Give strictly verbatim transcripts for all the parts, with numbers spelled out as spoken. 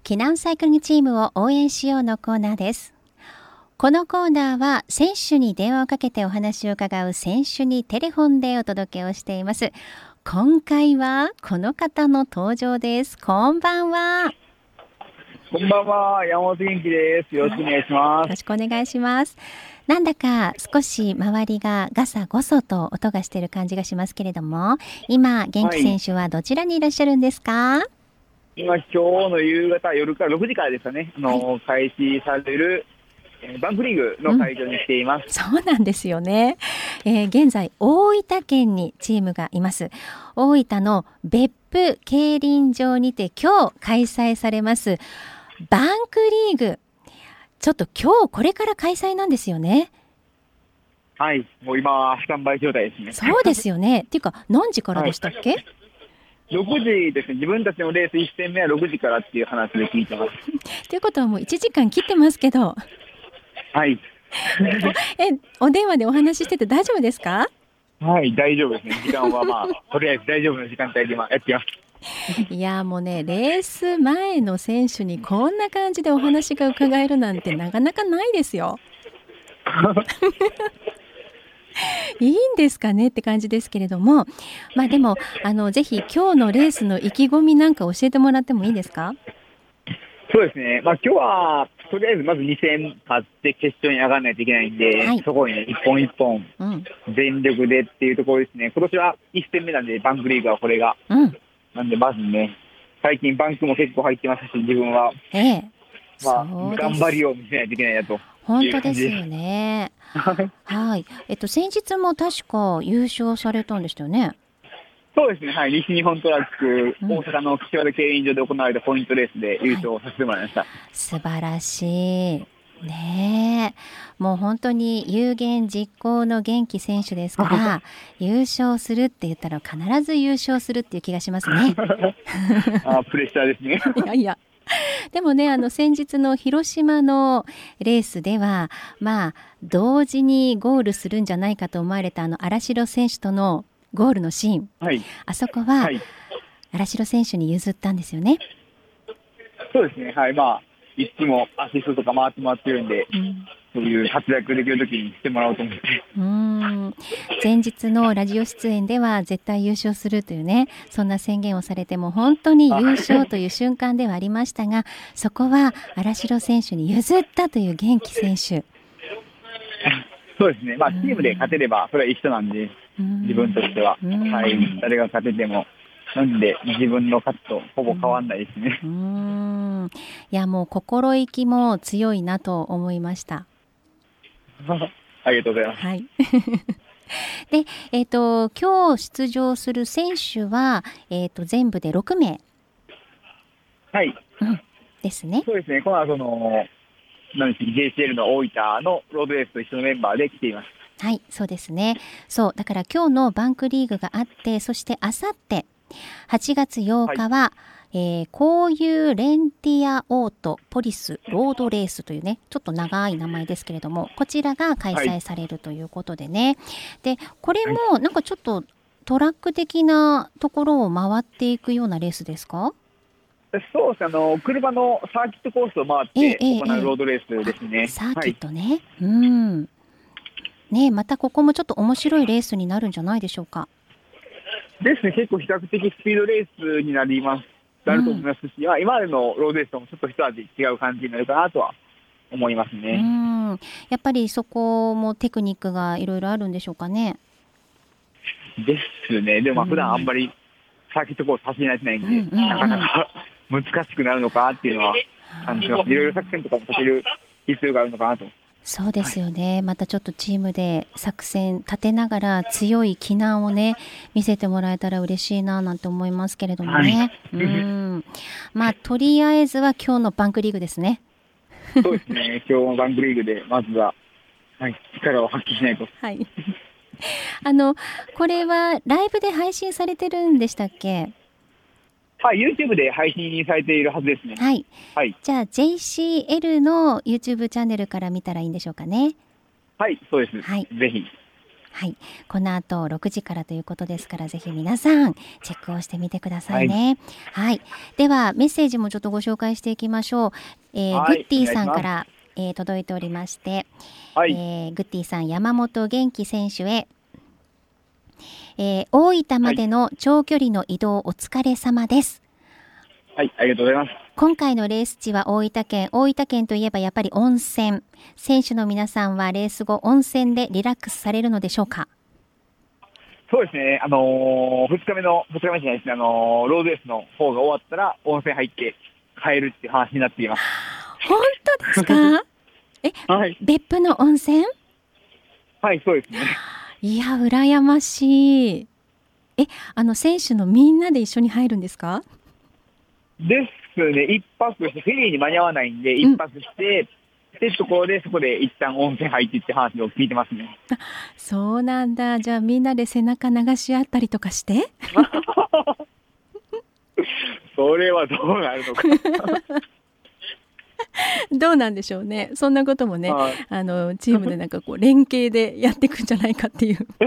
避難サイクリングチームを応援しようのコーナーです。このコーナーは選手に電話をかけてお話を伺う選手にテレフォンでお届けをしています。今回はこの方の登場です。こんばんは。 こんばんは、山本元気です。よろしくお願いします。 よろしくお願いします。なんだか少し周りがガサゴソと音がしている感じがしますけれども、今元気選手はどちらにいらっしゃるんですか？はい、 今今日の夕方夜からろくじからですかね、あの、はい、開始されるバンクリーグの会場に来ています、 うん、そうなんですよね、えー、現在大分県にチームがいます。大分の別府競輪場にて今日開催されますバンクリーグ、ちょっと今日これから開催なんですよね。 はい、もう今はスタンバイ状態ですね。 そうですよねっていうか何時からでしたっけ？はい、 ろくじですね。自分たちのレースいち戦目はろくじからっていう話で聞いてます。 ということはもういちじかん切ってますけどはいえ、お電話でお話ししてて大丈夫ですか？ はい、大丈夫ですね。時間はまあとりあえず大丈夫な時間帯で今やってます。 いやもうね、レース前の選手にこんな感じでお話が伺えるなんてなかなかないですよいいんですかねって感じですけれども、まあでもあのぜひ今日のレースの意気込みなんか教えてもらってもいいですか？ そうですね、まあ、今日はとりあえずまずに戦勝って決勝に上がらないといけないんで、はい、そこに、ね、一本一本全力でっていうところですね。今年はいち戦目なんでバンクリーグはこれが、うん、なんでまずね、最近バンクも結構入ってますし、自分は、ええ、まあ、頑張りを見せないといけないなと。 本当ですよねはい、えっと、先日も確か優勝されたんでしたよね。 そうですね、はい、西日本トラック、うん、大阪の岸和田競輪場で行われたポイントレースで優勝させてもらいました、はい、 素晴らしいねえ、もう本当に有言実行の元気選手ですから優勝するって言ったら必ず優勝するっていう気がしますねあ、プレッシャーですねいやいやでもね、あの先日の広島のレースではまあ同時にゴールするんじゃないかと思われたあの荒城選手とのゴールのシーン、はい、あそこは荒城選手に譲ったんですよね。 そうですね、はい、まあいつもアシストとか回ってもらってるんで、うん、そういう活躍できる時にしてもらおうと思って。 うーん、前日のラジオ出演では絶対優勝するというね、そんな宣言をされても本当に優勝という瞬間ではありましたが、そこは荒城選手に譲ったという元気選手。 そうですね、まあ、チームで勝てればそれは一緒なんで、自分としては、はい、誰が勝ててもなんで自分の勝ちとほぼ変わんないですね。 うーん、いやもう心意気も強いなと思いましたありがとうございます、 はい、で、えーと、今日出場する選手は、えーと、全部でろくめい、 はい、 うん、ですね。 そうですね、この後の何でしょう ジェイシーエル の大分のロードレースと一緒のメンバーで来ています。 はい、そうですね。そうだから今日のバンクリーグがあって、そしてあさってはちがつようかは、はい、えー、こういうレンティアオートポリスロードレースというね、ちょっと長い名前ですけれども、こちらが開催されるということでね、はい、でこれもなんかちょっとトラック的なところを回っていくようなレースですか？ そうです、あの車のサーキットコースを回って行うロードレースですね。 サーキットね、はい、うんね、またここもちょっと面白いレースになるんじゃないでしょうか。 ですね、結構比較的スピードレースになります、なると思いますし、うん、今までのロードレースともちょっと一味違う感じになるかなとは思いますね。 うん、やっぱりそこもテクニックがいろいろあるんでしょうかね。 ですね、でも普段あんまりサーキットコース走り慣れてないんで、うんうんうん、なかなか難しくなるのかなっていうのは感じます。いろいろ作戦とかも立てる必要があるのかなと。 そうですよね、はい、またちょっとチームで作戦立てながら強い機難をね見せてもらえたら嬉しいななんて思いますけれどもね、はい、うん、まあとりあえずは今日のバンクリーグですね。 そうですね、今日のバンクリーグでまずは、はい、力を発揮しないと。 はいあのこれはライブで配信されてるんでしたっけ？ はい、YouTube で配信されているはずですね。 はい、はい、じゃあ ジェイシーエル の YouTube チャンネルから見たらいいんでしょうかね。 はい、そうです、はい、ぜひはい、この後ろくじからということですから、ぜひ皆さんチェックをしてみてくださいね。はい、はい、ではメッセージもちょっとご紹介していきましょう。えー、グッディさんから、えー、届いておりまして、はい、えー、グッディさん、山本元気選手へ、えー、大分までの長距離の移動お疲れ様です。 はい、ありがとうございます。 今回のレース地は大分県。大分県といえばやっぱり温泉。選手の皆さんはレース後温泉でリラックスされるのでしょうか？ そうですね。あのー、ふつかめの、ふつかめじゃないですね。あのー、ロードレースの方が終わったら温泉入って帰るっていう話になっています。 本当ですか？え、はい、別府の温泉？ はい、そうですね。 いや、羨ましい。え、あの選手のみんなで一緒に入るんですか？ ですね、一泊して、フェリーに間に合わないんで、一泊して、うん、で、そこで、そこで一旦温泉入ってって話を聞いてますね。 あ、そうなんだ。じゃあみんなで背中流し合ったりとかしてそれはどうなるのかどうなんでしょうね。そんなこともね、はい、あのチームでなんかこう連携でやっていくんじゃないかっていう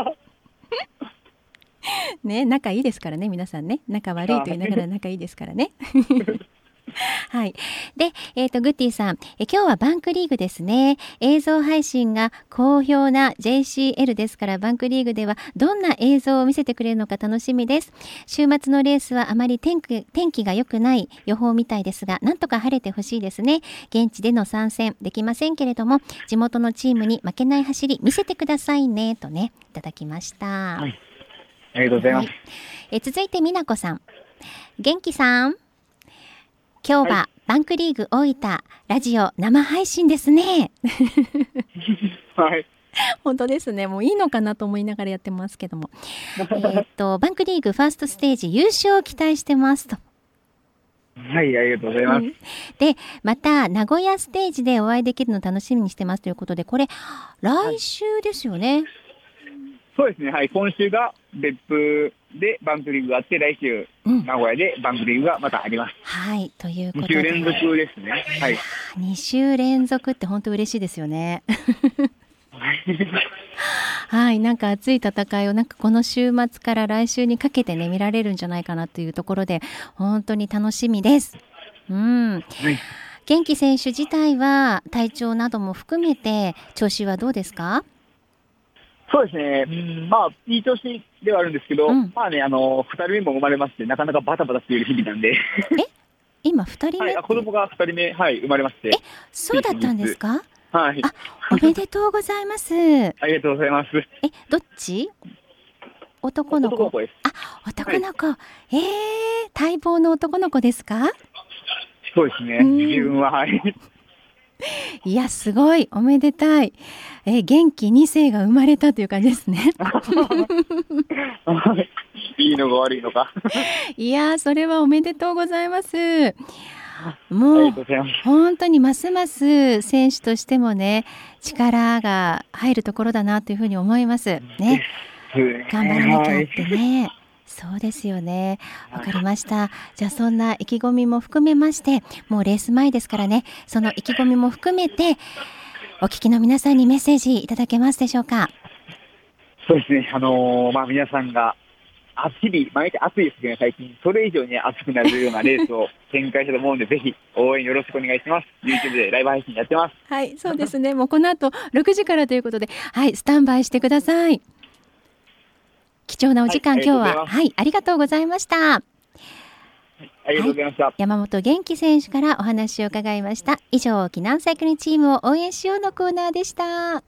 ね、仲いいですからね、皆さんね。仲悪いと言いながら仲いいですからね。はい。で、えっと、グッディさん、え今日はバンクリーグですね。映像配信が好評な ジェイシーエル ですから、バンクリーグではどんな映像を見せてくれるのか楽しみです。週末のレースはあまり天気、天気が良くない予報みたいですが、なんとか晴れてほしいですね。現地での参戦できませんけれども、地元のチームに負けない走り見せてくださいね、とね、いただきました。 はい、ありがとうございます。はい、 え続いて美奈子さん、元気さん、今日はバンクリーグ大分ラジオ生配信ですね。 はい。 本当ですね。もういいのかなと思いながらやってますけども。えっとバンクリーグファーストステージ優勝を期待してますと。 はい、ありがとうございます。うん、 で、また名古屋ステージでお会いできるのを楽しみにしてますということで、これ来週ですよね。はい、 そうですね。はい、今週が別府でバンクリーグがあって、来週、うん、名古屋でバンクリーグがまたあります。 はい、ということでに週連続ですね。はい。 に週連続って本当嬉しいですよね。はい、なんか熱い戦いをなんかこの週末から来週にかけてね見られるんじゃないかなというところで本当に楽しみです。うん。はい、元気選手自体は体調なども含めて調子はどうですか？ そうですね、うん、まあ、いい調子ではあるんですけど、うん、まあね、あの、二人目も生まれまして、なかなかバタバタしている日々なんで。え今二人目、 はい、子供が二人目、はい、生まれまして。 えそうだったんですか？ はい。 あ、おめでとうございます。 ありがとうございます。え、 どっち？男の子。 男の子です。 あ、男の子。はい、えー、待望の男の子ですか？ そうですね、自分は、はい。 いやすごいおめでたい、え元気に世が生まれたという感じですね。 いいのか悪いのか。 いやそれはおめでとうございます。もう本当にますます選手としてもね力が入るところだなというふうに思いますね。頑張らなきゃってね。そうですよね。わかりました。じゃあそんな意気込みも含めまして、もうレース前ですからね、その意気込みも含めてお聞きの皆さんにメッセージいただけますでしょうか？ そうですね。あのー、まあ皆さんが日々毎日暑いですけど、ね、最近それ以上に暑くなるようなレースを展開したと思うんでぜひ応援よろしくお願いします。 YouTube でライブ配信やってます。 はい、そうですね。もうこの後ろくじからということで、はい、スタンバイしてください。貴重なお時間、はい、今日は、はい、ありがとうございました。はい、 ありがとうございました。はい、 山本元気選手からお話を伺いました。以上、避難サイクリングチームを応援しようのコーナーでした。